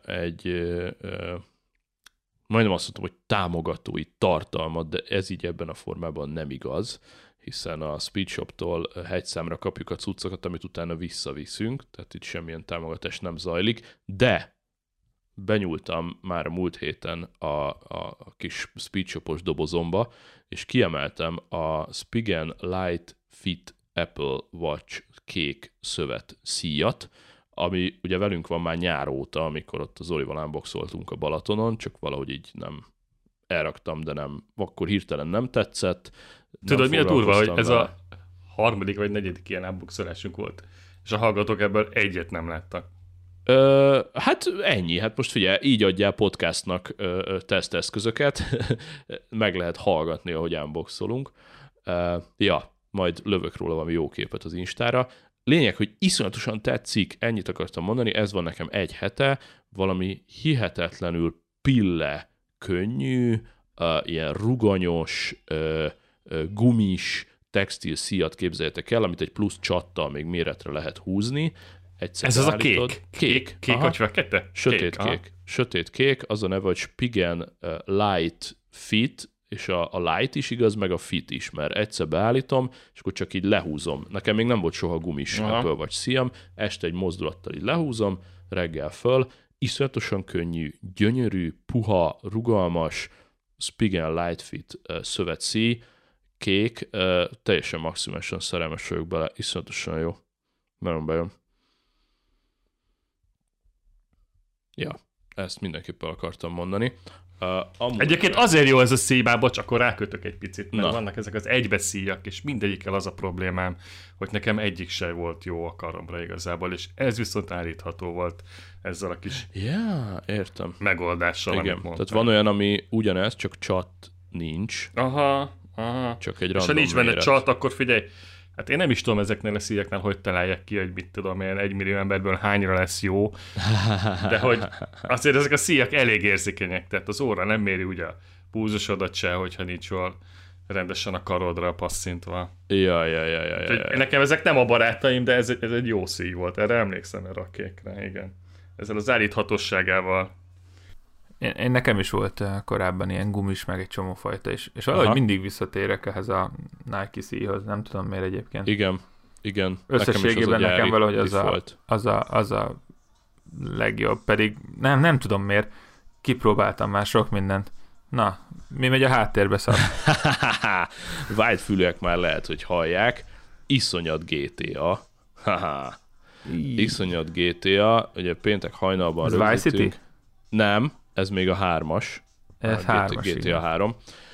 majdnem azt mondtam, hogy támogatói tartalmat, de ez így ebben a formában nem igaz, hiszen a Speedshop-tól hegyszámra kapjuk a cuccokat, amit utána visszaviszünk, tehát itt semmilyen támogatás nem zajlik, de benyúltam már a múlt héten a kis Speedshop-os dobozomba, és kiemeltem a Spigen Light Fit Apple Watch kék szövet szíjat, ami ugye velünk van már nyár óta, amikor ott az Olival unboxoltunk a Balatonon, csak valahogy így nem elraktam, de nem, akkor hirtelen nem tetszett. Tudod, mi a durva, hogy ez a harmadik vagy negyedik ilyen unboxolásunk volt, és a hallgatók ebből egyet nem láttak. Hát ennyi, hát most figyelj, így adjál podcastnak teszteszközöket, meg lehet hallgatni, ahogy unboxolunk. Ja, majd lövök róla valami jó képet az Instára. Lényeg, hogy iszonyatosan tetszik, ennyit akartam mondani, ez van nekem egy hete, valami hihetetlenül pille könnyű, ilyen ruganyos, gumis textil szíjat képzeljetek el, amit egy plusz csattal még méretre lehet húzni. Ez az állítod. A kék? Kék vagy fekete? Sötét kék, az a neve, hogy Spigen Light Fit, és a light is igaz, meg a fit is, mert egyszer beállítom, és akkor csak így lehúzom. Nekem még nem volt soha gumis Apple vagy szíjam, este egy mozdulattal így lehúzom, reggel föl, iszonyatosan könnyű, gyönyörű, puha, rugalmas, Spigen Light Fit szövetszíj, kék, teljesen maximálisan szerelmes vagyok bele, iszonyatosan jó. Nagyon bejön. Ja, ezt mindenképpen akartam mondani. Egyébként azért jó ez a szíjbár, bocs, akkor rákötök egy picit, mert vannak ezek az egybeszíjak, és mindegyikkel az a problémám, hogy nekem egyik se volt jó a karomra igazából, és ez viszont állítható volt ezzel a kis értem. megoldással, igen, amit mondtam. Tehát van olyan, ami ugyanez, csak csat nincs. Aha. Csak egy random. És ha nincs benne csat, akkor figyelj, hát én nem is tudom ezeknél a szíjaknál, hogy találják ki, hogy mit tudom én, 1 millió emberből hányra lesz jó, de hogy azért ezek a szíjak elég érzékenyek, tehát az óra nem méri ugye a púzusodat se, hogyha nincs jól rendesen a karodra passzintva. Ja. Nekem ezek nem a barátaim, de ez egy jó szíj volt, erre emlékszem erre a kékre, igen. Ezzel az állíthatóságával. Én nekem is volt korábban ilyen gumis, meg egy csomó fajta, és valahogy mindig visszatérek ehhez a Nike szíjhoz, nem tudom miért egyébként. Igen. Összességében nekem valahogy az a legjobb, pedig nem tudom miért, kipróbáltam már sok mindent. Na, mi megy a háttérbe szar? Vágyfülűek már lehet, hogy hallják. Iszonyat GTA. Iszonyat GTA. Ugye péntek hajnalban rögzítünk. Nem, ez még a 3-as. Ez 3-as, GTA 3.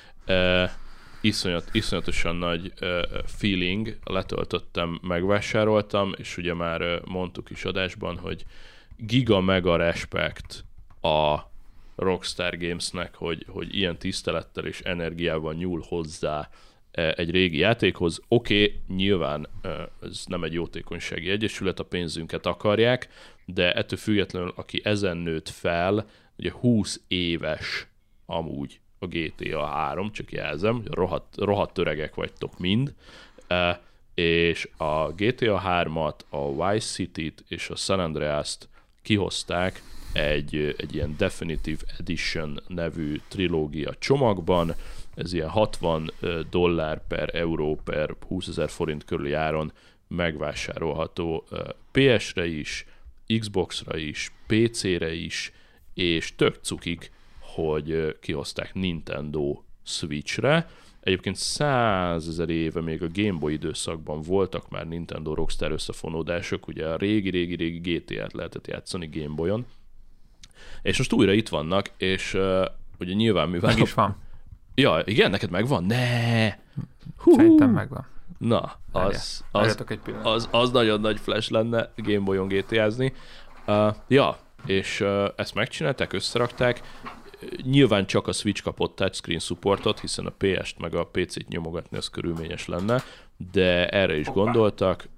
Iszonyatosan nagy feeling. Letöltöttem, megvásároltam, és ugye már mondtuk is adásban, hogy giga-mega respekt a Rockstar Gamesnek, hogy ilyen tisztelettel és energiával nyúl hozzá egy régi játékhoz. Oké, nyilván ez nem egy jótékonysági egyesület, a pénzünket akarják, de ettől függetlenül, aki ezen nőtt fel, ugye 20 éves amúgy a GTA 3, csak jelzem, rohadt öregek vagytok mind, és a GTA 3-at, a Vice City-t és a San Andreas-t kihozták egy ilyen Definitive Edition nevű trilógia csomagban. Ez ilyen $60 per euró per 20 000 forint körüli áron megvásárolható PS-re is, Xbox-ra is, PC-re is, és tök cukik, hogy kihozták Nintendo Switch-re. Egyébként 100 000 éve még a Game Boy időszakban voltak már Nintendo Rockstar összefonódások, ugye a régi GTA-t lehetett játszani Game Boy-on, és most újra itt vannak, és ugye nyilván mivel... Meg is van. Ja, igen, neked megvan? Ne! Szerintem megvan. Na, az nagyon nagy flash lenne Game Boy-on GTA-zni. Ja, és ezt megcsinálták, összerakták. Nyilván csak a Switch kapott touchscreen supportot, hiszen a PS-t meg a PC-t nyomogatni az körülményes lenne, de erre is gondoltak.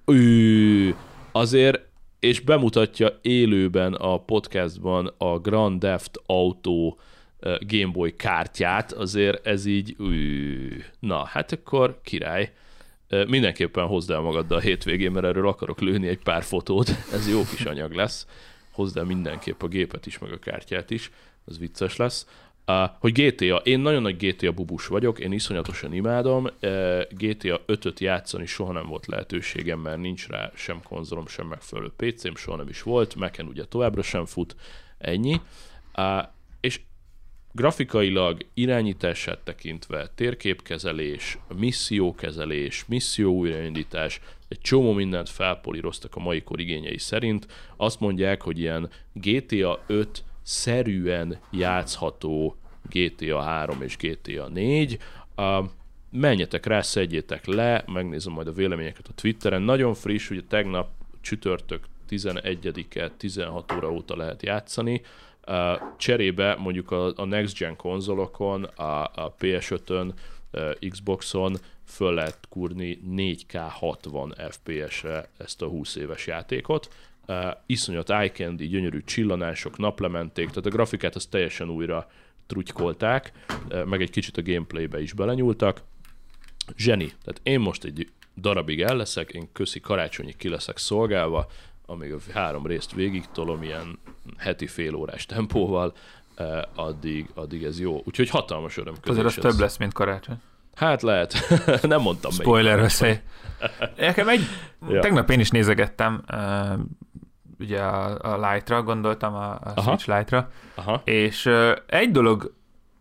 Azért, és bemutatja élőben a podcastban a Grand Theft Auto Game Boy kártyát, azért ez így, na, hát akkor király. Mindenképpen hozd el magaddal a hétvégén, mert erről akarok lőni egy pár fotót, ez jó kis anyag lesz. Hozd el mindenképp a gépet is, meg a kártyát is, az vicces lesz. Hogy GTA, én nagyon nagy GTA bubus vagyok, én iszonyatosan imádom, GTA 5-öt játszani soha nem volt lehetőségem, mert nincs rá sem konzolom, sem megfelelő PC-m, soha nem is volt, Mac-en ugye továbbra sem fut, ennyi. És grafikailag, irányítását tekintve, térképkezelés, missziókezelés, misszió újraindítás, egy csomó mindent felpolíroztak a mai kor igényei szerint. Azt mondják, hogy ilyen GTA 5 szerűen játszható GTA 3 és GTA 4. Menjetek rá, szedjétek le, megnézem majd a véleményeket a Twitteren. Nagyon friss, ugye tegnap csütörtök 11-e 16 óra óta lehet játszani. Cserébe mondjuk a Next Gen konzolokon, a PS5-ön, Xboxon föl lehet kurni 4K 60 FPS-re ezt a 20 éves játékot. Iszonyat eye candy, gyönyörű csillanások, naplementék, tehát a grafikát azt teljesen újra trutykolták, meg egy kicsit a gameplaybe is belenyúltak. Zseni, tehát én most egy darabig el leszek, én köszi karácsonyig ki leszek szolgálva, amíg a 3 részt végig tolom ilyen heti félórás tempóval, addig ez jó. Úgyhogy hatalmas örömködés. Azért az több lesz, mint karácsony. Hát lehet, nem mondtam meg. Spoiler veszély. Tegnap én is nézegettem, ugye a Lite-ra gondoltam, a Switch Lite-ra, és egy dolog,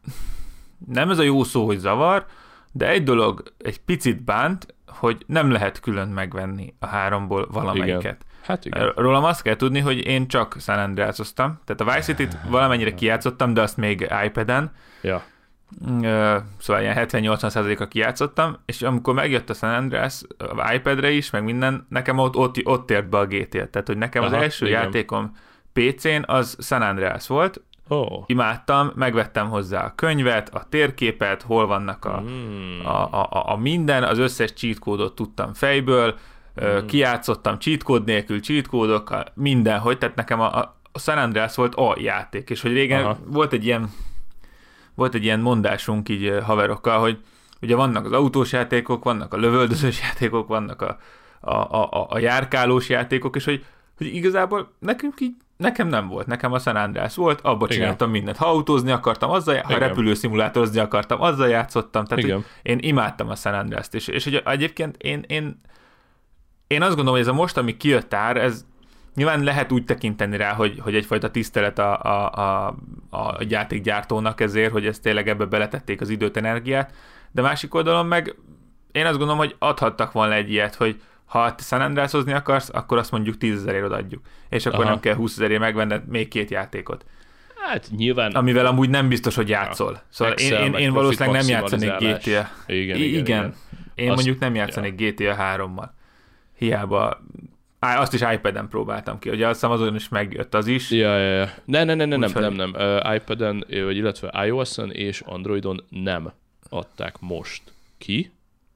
nem ez a jó szó, hogy zavar, de egy dolog egy picit bánt, hogy nem lehet külön megvenni a 3-ból valamelyiket. Igen. Hát igen. Rólam azt kell tudni, hogy én csak San Andreas-oztam, tehát a Vice City-t valamennyire kijátszottam, de azt még iPad-en. Ja. Szóval ilyen 70-80%-a kijátszottam, és amikor megjött a San Andreas iPad-re is, meg minden, nekem ott ért be a GTA. Tehát, hogy nekem az első játékom PC-n az San Andreas volt, imádtam, megvettem hozzá a könyvet, a térképet, hol vannak a minden, az összes cheat kódot tudtam fejből, kijátszottam cheat kód nélkül, cheat kódok, mindenhogy, tehát nekem a San Andreas volt a játék, és hogy régen volt egy ilyen mondásunk így haverokkal, hogy ugye vannak az autós játékok, vannak a lövöldözős játékok, vannak a járkálós játékok, és hogy igazából nekem nem volt, nekem a San Andreas volt, abba csináltam mindent. Ha autózni akartam, ha repülőszimulátorozni akartam, azzal játszottam, tehát én imádtam a San Andreast, és hogy egyébként én azt gondolom, hogy ez a most, ami kijött ez nyilván lehet úgy tekinteni rá, hogy egyfajta tisztelet a játékgyártónak ezért, hogy ezt tényleg ebbe beletették az időt, energiát, de másik oldalon meg én azt gondolom, hogy adhattak volna egy ilyet, hogy ha San Andreas-ozni akarsz, akkor azt mondjuk 10 000-ért odaadjuk, és akkor nem kell 20 000-ért megvenned még 2 játékot. Hát nyilván... Amivel amúgy nem biztos, hogy játszol. Szóval én valószínűleg nem játszanék GTA. Igen. Én mondjuk nem játszanék GTA 3-mal. Hiába... Azt is iPad-en próbáltam ki, ugye azt hiszem azon is megjött az is. Ja. Nem. iPad-en, illetve iOS-en és Androidon nem adták most ki.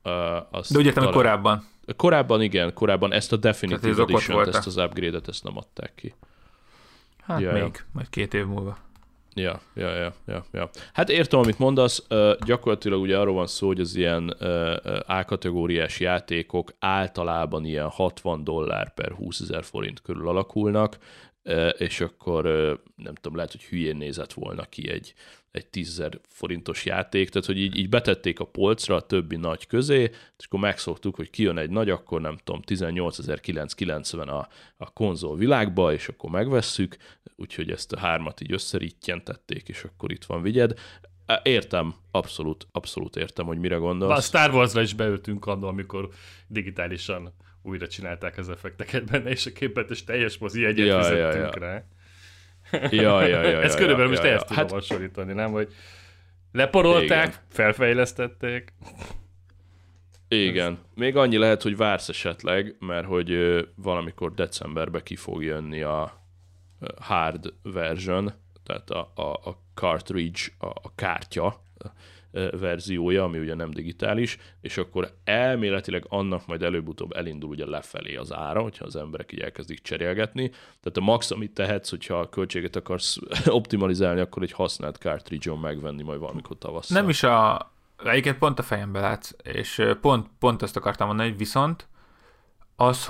De úgy értem, hogy korábban. Korábban igen, korábban ezt a Definitive Edition-t, ezt az upgrade-et, ezt nem adták ki. Hát még, majd 2 év múlva. Ja. Hát értem, amit mondasz, gyakorlatilag ugye arról van szó, hogy az ilyen A-kategóriás játékok általában ilyen $60 per 20 000 forint körül alakulnak, és akkor nem tudom, lehet, hogy hülyén nézett volna ki egy 10 000 forintos játék, tehát hogy így betették a polcra a többi nagy közé, és akkor megszoktuk, hogy kijön egy nagy, akkor nem tudom, 18.990 a konzol világba, és akkor megvesszük, úgyhogy ezt a 3-at így összerítjentették, és akkor itt van, vigyed. Értem, abszolút értem, hogy mire gondolsz. A Star Wars-ra is beültünk annól, amikor digitálisan újra csinálták az effekteket benne, és a képet, és teljes mozi egyet fizettünk rá. Ez körülbelül most ezt tudom hasonlítani, nem? Hogy leporolták, igen. Felfejlesztették. Igen. Még annyi lehet, hogy vársz esetleg, mert hogy valamikor decemberben ki fog jönni a hard version, tehát a cartridge, a kártya verziója, ami ugye nem digitális, és akkor elméletileg annak majd előbb-utóbb elindul ugye lefelé az ára, hogyha az emberek így elkezdik cserélgetni. Tehát a max, amit tehetsz, hogyha a költséget akarsz optimalizálni, akkor egy használt cartridge-on megvenni majd valamikor tavasszal. Nem is egyiket pont a fejembe látsz, és pont azt akartam mondani, hogy viszont az,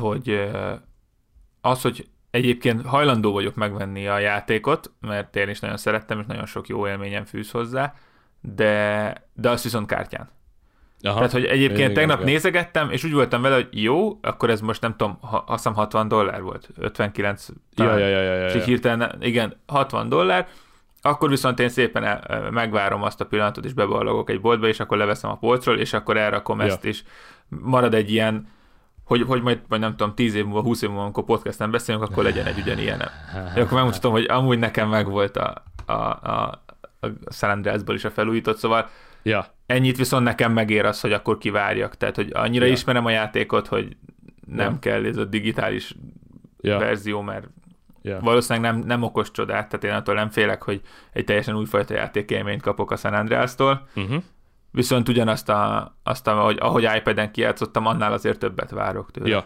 hogy egyébként hajlandó vagyok megvenni a játékot, mert én is nagyon szerettem, és nagyon sok jó élményem fűz hozzá, de azt viszont kártyán. Aha. Tehát, hogy egyébként tegnap nézegettem, és úgy voltam vele, hogy jó, akkor ez most nem tudom, azt hiszem $60 volt, 59 talán. Hirtelen, igen, $60, akkor viszont én szépen megvárom azt a pillanatot, és beballagok egy boltba, és akkor leveszem a polcról, és akkor elrakom ezt, és marad egy ilyen, hogy majd nem tudom, 10 év múlva, 20 év múlva, amikor podcasten beszélünk, akkor legyen egy ugyanilyen. Akkor megmutatom, hogy amúgy nekem megvolt a San Andreasból is a felújított, szóval ennyit viszont nekem megér az, hogy akkor kivárjak. Tehát, hogy annyira ismerem a játékot, hogy nem kell ez a digitális verzió, mert valószínűleg nem okos csodát, tehát én attól nem félek, hogy egy teljesen újfajta játékélményt kapok a San Andreastól. Viszont ugyanazt, ahogy iPad-en kijátszottam, annál azért többet várok tőle.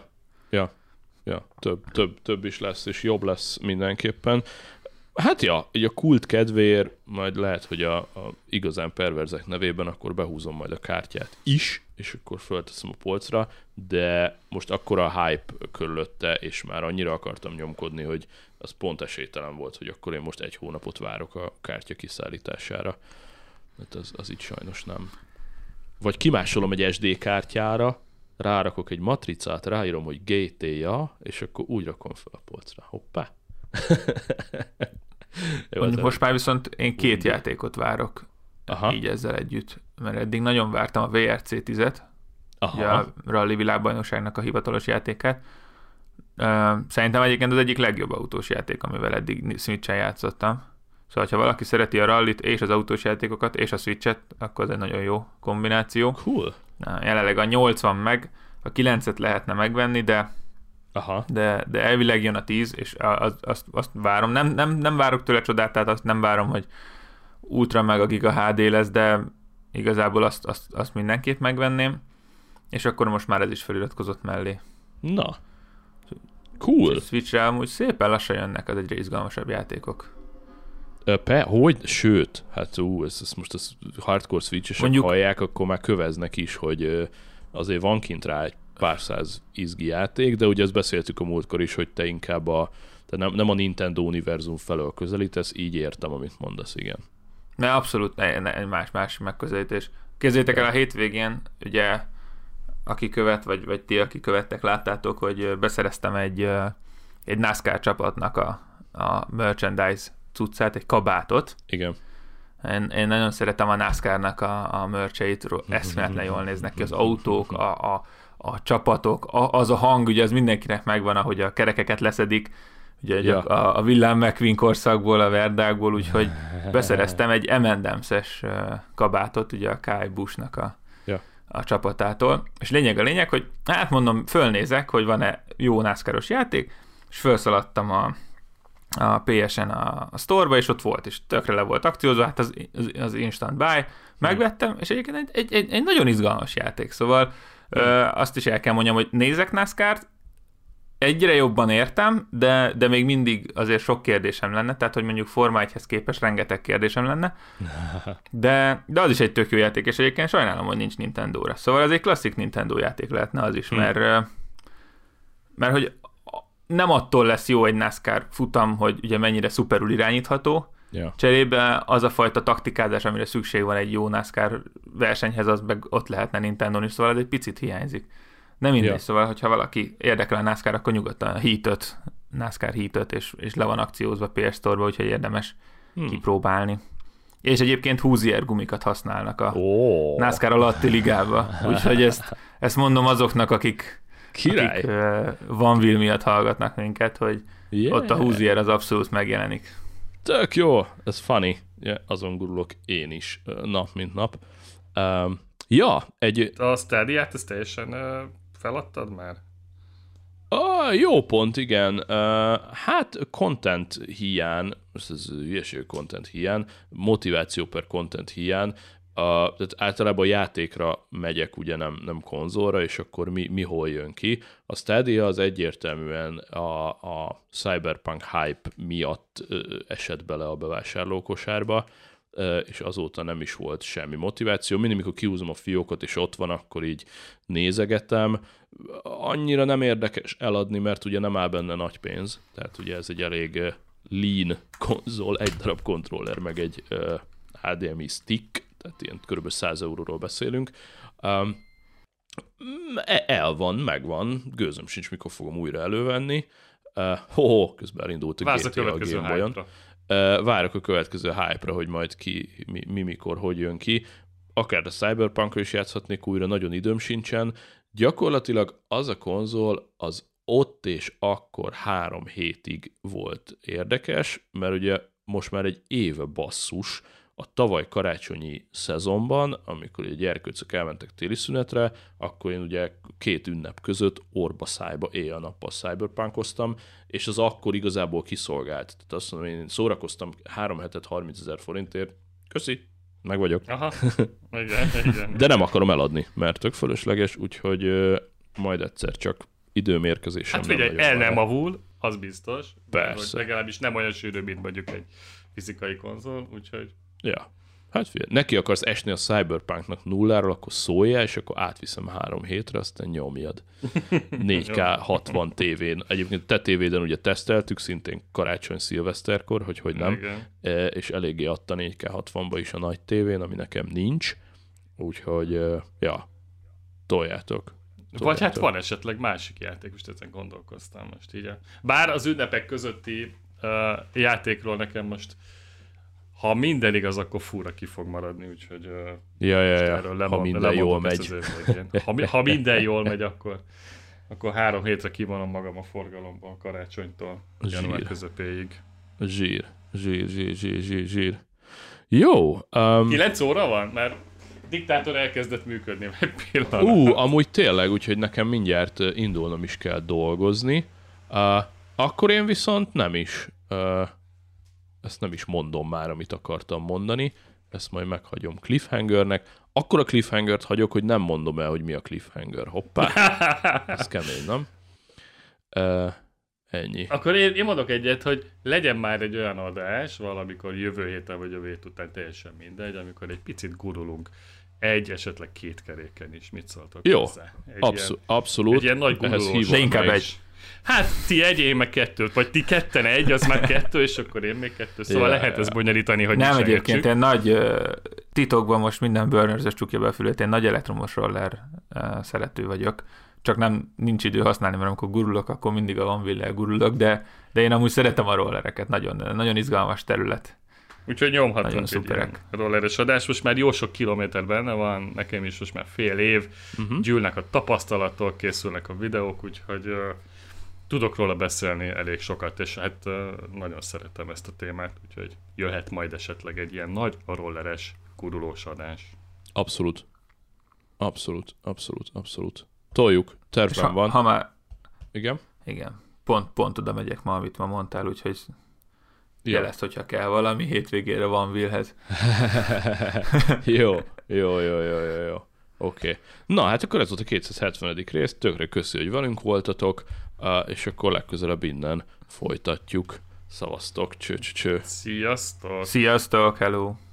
Több is lesz, és jobb lesz mindenképpen. Hát így a kult kedvéért majd lehet, hogy a igazán perverzek nevében akkor behúzom majd a kártyát is, és akkor fölteszem a polcra, de most akkora a hype körülötte, és már annyira akartam nyomkodni, hogy az pont esélytelen volt, hogy akkor én most 1 hónapot várok a kártya kiszállítására. Hát az így sajnos nem. Vagy kimásolom egy SD kártyára, rárakok egy matricát, ráírom, hogy GTA, és akkor úgy rakom fel a polcra. Hoppá! Mondjuk most már viszont én 2 játékot várok így ezzel együtt, mert eddig nagyon vártam a VRC 10-et, ugye a Rally világbajnokságnak a hivatalos játékát. Szerintem egyébként az egyik legjobb autós játék, amivel eddig Switch-en játszottam. Szóval, ha valaki szereti a rallit és az autós játékokat és a Switch-et, akkor ez egy nagyon jó kombináció. Cool. Jelenleg a 80 meg, a 9-et lehetne megvenni, de elvileg jön a 10, és azt várom. Nem várok tőle csodát, tehát azt nem várom, hogy ultra meg a giga HD lesz, de igazából azt mindenképp megvenném, és akkor most már ez is feliratkozott mellé. Na, cool. Switch-re amúgy szépen lassan jönnek az egyre izgalmasabb játékok. Sőt, hát ez most az hardcore Switch-esek hallják, akkor már köveznek is, hogy azért van kint rá egy pár száz izgi játék, de ugye ezt beszéltük a múltkor is, hogy te inkább nem a Nintendo univerzum felől közelítesz, így értem, amit mondasz, igen. Ne, abszolút egy más megközelítés. Képzeljétek el, a hétvégén, ugye, aki követ, vagy ti, aki követtek, láttátok, hogy beszereztem egy NASCAR csapatnak a merchandise cuccát, egy kabátot. Igen. Én nagyon szeretem a NASCAR-nak a mercheit, eszméletlen jól néznek ki az autók, a csapatok, az a hang, ugye ez mindenkinek megvan, ahogy a kerekeket leszedik, ugye a Willem McQueen korszakból, a Verdákból, úgyhogy beszereztem egy M&M's-es kabátot, ugye a Kyle Busch-nak a csapatától, és lényeg, hogy hát mondom, fölnézek, hogy van-e jó NASCAR-os játék, és felszaladtam a PS-en a store-ba, és ott volt, és tökre le volt akciózva, hát az instant buy, megvettem, és egyébként egy nagyon izgalmas játék, szóval azt is el kell mondjam, hogy nézek NASCAR-t, egyre jobban értem, de még mindig azért sok kérdésem lenne, tehát hogy mondjuk Forma 1-hez képest rengeteg kérdésem lenne, de az is egy tök jó játék, és egyébként sajnálom, hogy nincs Nintendo-ra. Szóval ez egy klasszik Nintendo játék lehetne az is, mert hogy nem attól lesz jó egy NASCAR futam, hogy ugye mennyire szuperül irányítható, cserébe az a fajta taktikázás, amire szükség van egy jó NASCAR versenyhez, az meg ott lehetne Nintendon is, szóval ez egy picit hiányzik. Nem mindegy, szóval, hogyha valaki érdekel a NASCAR, akkor nyugodtan a NASCAR Heat-öt, és le van akciózva PS Store-ba, úgyhogy érdemes kipróbálni. És egyébként Hoosier gumikat használnak a NASCAR alatti ligába, úgyhogy ezt mondom azoknak, akik Van Will miatt hallgatnak minket, hogy ott a Hoosier az abszolút megjelenik. Tök jó, ez funny. Azon gurulok én is nap mint nap. A Stadia-t ezt teljesen feladtad már? Jó pont, igen. Hát content hiány, ez hülyeség content hiány, motiváció per content hiány, tehát általában a játékra megyek, ugye nem konzolra, és akkor mi hol jön ki. A Stadia az egyértelműen a Cyberpunk hype miatt esett bele a bevásárlókosárba, és azóta nem is volt semmi motiváció. Mindig, mikor kihúzom a fiókot, és ott van, akkor így nézegetem. Annyira nem érdekes eladni, mert ugye nem áll benne nagy pénz. Tehát ugye ez egy elég lean konzol, egy darab kontroller, meg egy HDMI stick, tehát ilyen kb. 100 euróról beszélünk. El van, megvan, gőzöm sincs, mikor fogom újra elővenni. Közben elindult a GTA a Game Boy-on. Várok a következő hype-ra, hogy majd mikor, hogy jön ki. Akár a Cyberpunk-ra is játszhatnék újra, nagyon időm sincsen. Gyakorlatilag az a konzol az ott és akkor 3 hétig volt érdekes, mert ugye most már egy éve basszus, a tavaly karácsonyi szezonban, amikor a gyerkőcök elmentek téli szünetre, akkor én ugye 2 ünnep között orba-szájba, éjjel-nappal cyberpunkoztam, és az akkor igazából kiszolgált. Tehát azt mondom, én szórakoztam 3 hetet 30 000 forintért, köszi, meg vagyok. Aha, igen. De nem akarom eladni, mert tök fölösleges, úgyhogy majd egyszer csak időmérkezésem. Hát figyelj, nem avul, az biztos. Persze. Legalábbis nem olyan sűrű, mint mondjuk egy fizikai konzol, úgyhogy... Ja. Hát figyelj, neki akarsz esni a Cyberpunknak 0-ról, akkor szóljál, és akkor átviszem 3 hétre, aztán nyomjad. 4K 60 tévén. Egyébként te tévéden ugye teszteltük, szintén karácsony-szilveszterkor, hogy nem. Igen. És eléggé adta 4K 60-ba is a nagy tévén, ami nekem nincs. Úgyhogy, toljátok. Vagy hát van esetleg másik játék, most ezen gondolkoztam most így. Bár az ünnepek közötti játékról nekem most ha minden igaz, akkor fúra ki fog maradni, úgyhogy ha minden jól megy. Ha minden jól megy, akkor 3 hétre kivonom magam a forgalomban karácsonytól január közepéig. Zsír. Jó. 9 óra van? Mert diktátor elkezdett működni egy pillanat. Amúgy tényleg, úgyhogy nekem mindjárt indulnom is kell dolgozni. Akkor én viszont nem is... ezt nem is mondom már, amit akartam mondani, ezt majd meghagyom cliffhangernek. Akkor a cliffhangert hagyok, hogy nem mondom el, hogy mi a cliffhanger. Hoppá, ez kemény, nem? Ennyi. Akkor én mondok egyet, hogy legyen már egy olyan adás, valamikor jövő héten vagy jövő hét után, teljesen mindegy, amikor egy picit gurulunk esetleg 2 keréken is. Mit szóltok jó, hozzá? Abszolút. Egy ilyen nagy gurulós. De inkább egy. Hát ti én meg 2, vagy ti 2-1, az már 2, és akkor én még 2. Szóval lehet ezt bonyolítani, hogy nem, egyébként én nagy titokban most minden burners-ös csukja be a fülét, én nagy elektromos roller szerető vagyok. Csak nincs idő használni, mert amikor gurulok, akkor mindig a Van Will-lel gurulok, de én amúgy szeretem a rollereket, nagyon izgalmas terület. Úgyhogy nyomhatunk egy ilyen rolleres adás. Most már jó sok kilométer benne van, nekem is most már fél év, gyűlnek a tapasztalatok, készülnek a videók, úgyhogy tudok róla beszélni elég sokat, és hát nagyon szeretem ezt a témát, úgyhogy jöhet majd esetleg egy ilyen nagy rolleres, gurulós adás. Abszolút. Toljuk, tervben van. Ha már... Igen? Igen. Pont oda megyek ma, amit ma mondtál, úgyhogy jelezd, hogyha kell valami, hétvégére van Willhez. Jó. Oké. Na, hát akkor ez volt a 270. rész, tökre köszi, hogy velünk voltatok, és akkor legközelebb innen folytatjuk. Szavaztok, cső. Sziasztok! Sziasztok, hello!